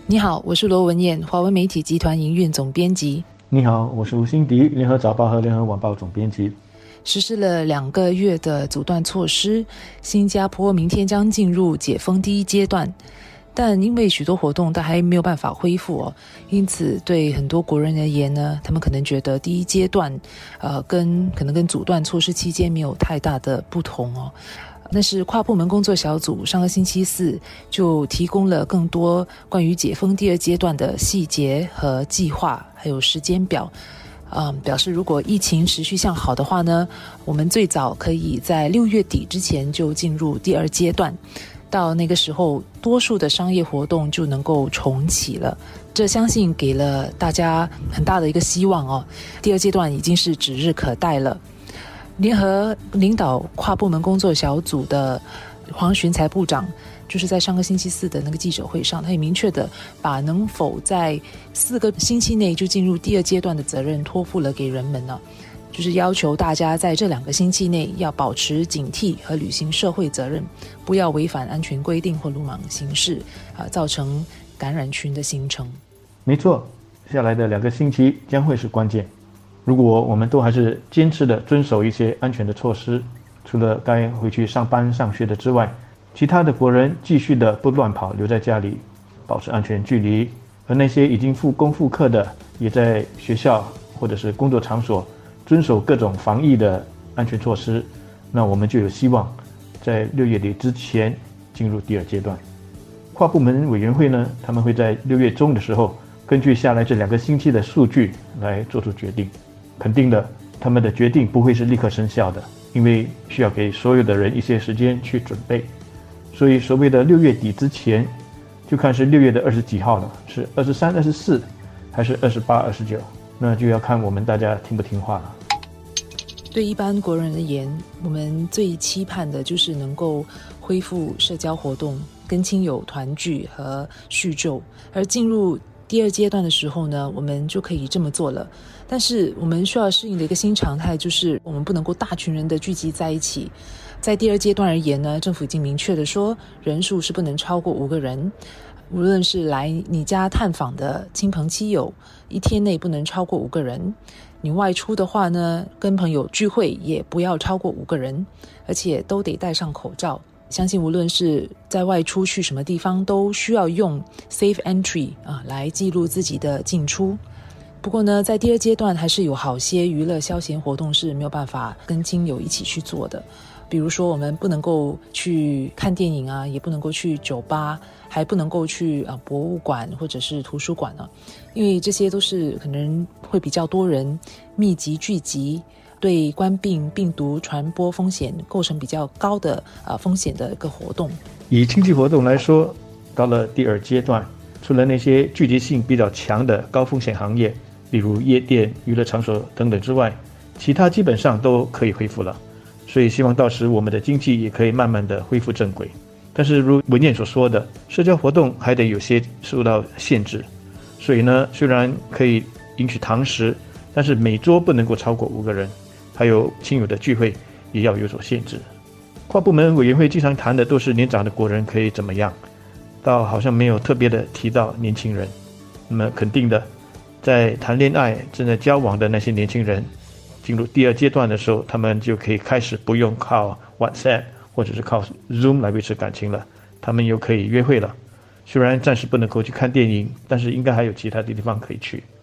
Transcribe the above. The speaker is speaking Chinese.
你好，我是罗文燕，华文媒体集团营运总编辑。 你好，我是吴欣迪，联合早报和联合晚报总编辑。 实施了2个月的阻断措施，新加坡明天将进入解封第一阶段，但因为许多活动都还没有办法恢复因此对很多国人而言呢，他们可能觉得第一阶段可能跟阻断措施期间没有太大的不同但是跨部门工作小组上个星期四就提供了更多关于解封第2阶段的细节和计划，还有时间表。表示如果疫情持续向好的话呢，我们最早可以在6月底之前就进入第2阶段，到那个时候多数的商业活动就能够重启了。这相信给了大家很大的一个希望第2阶段已经是指日可待了。联合领导跨部门工作小组的黄循财部长就是在上个星期四的那个记者会上，他也明确的把能否在4个星期内就进入第2阶段的责任托付了给人们就是要求大家在这2个星期内要保持警惕和履行社会责任，不要违反安全规定或鲁莽行事造成感染群的形成。 没错，下来的2个星期将会是关键。如果我们都还是坚持的遵守一些安全的措施，除了该回去上班上学的之外，其他的国人继续的不乱跑，留在家里保持安全距离，而那些已经复工复课的也在学校或者是工作场所遵守各种防疫的安全措施，那我们就有希望在6月底之前进入第2阶段。跨部门委员会呢，他们会在6月中的时候根据下来这2个星期的数据来做出决定。肯定的，他们的决定不会是立刻生效的，因为需要给所有的人一些时间去准备。所以所谓的6月底之前，就看是6月的20几号了，是23、24还是28、29，那就要看我们大家听不听话了。 对一般国人而言，我们最期盼的就是能够恢复社交活动，跟亲友团聚和叙旧，而进入第2阶段的时候呢，我们就可以这么做了。但是我们需要适应的一个新常态就是我们不能够大群人的聚集在一起。在第2阶段而言呢，政府已经明确的说，人数是不能超过5个人，无论是来你家探访的亲朋戚友，一天内不能超过5个人。你外出的话呢，跟朋友聚会也不要超过5个人，而且都得戴上口罩。相信无论是在外出去什么地方，都需要用 Safe Entry 来记录自己的进出。不过呢，在第2阶段还是有好些娱乐消闲活动是没有办法跟亲友一起去做的。比如说我们不能够去看电影也不能够去酒吧，还不能够去博物馆或者是图书馆因为这些都是可能会比较多人密集聚集，对冠病病毒传播风险构成比较高的风险的一个活动。 以经济活动来说，到了第2阶段，除了那些聚集性比较强的高风险行业，例如夜店、娱乐场所等等之外，其他基本上都可以恢复了。所以希望到时我们的经济也可以慢慢的恢复正轨。但是如文燕所说的，社交活动还得有些受到限制。所以呢，虽然可以允许堂食，但是每桌不能够超过5个人，还有亲友的聚会也要有所限制。跨部门委员会经常谈的都是年长的国人可以怎么样，倒好像没有特别的提到年轻人。那么肯定的，在谈恋爱正在交往的那些年轻人，进入第2阶段的时候，他们就可以开始不用靠 WhatsApp 或者是靠 Zoom 来维持感情了，他们又可以约会了。虽然暂时不能够去看电影，但是应该还有其他的地方可以去。